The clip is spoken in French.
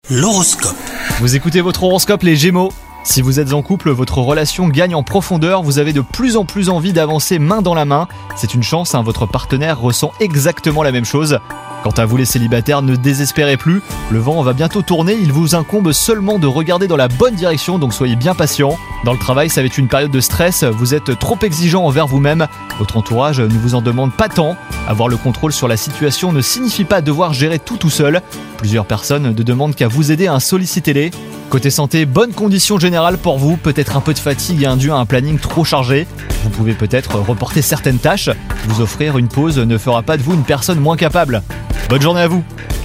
L'horoscope. Vous écoutez votre horoscope les Gémeaux. Si vous êtes en couple, votre relation gagne en profondeur, vous avez de plus en plus envie d'avancer main dans la main. C'est une chance, votre partenaire ressent exactement la même chose. Quant à vous les célibataires, ne désespérez plus, le vent va bientôt tourner, il vous incombe seulement de regarder dans la bonne direction, donc soyez bien patient. Dans le travail, ça va être une période de stress, vous êtes trop exigeant envers vous-même, votre entourage ne vous en demande pas tant. Avoir le contrôle sur la situation ne signifie pas devoir gérer tout seul. Plusieurs personnes ne demandent qu'à vous aider, sollicitez-les. Côté santé, bonne condition générale pour vous, peut-être un peu de fatigue dû à un planning trop chargé. Vous pouvez peut-être reporter certaines tâches, vous offrir une pause ne fera pas de vous une personne moins capable. Bonne journée à vous!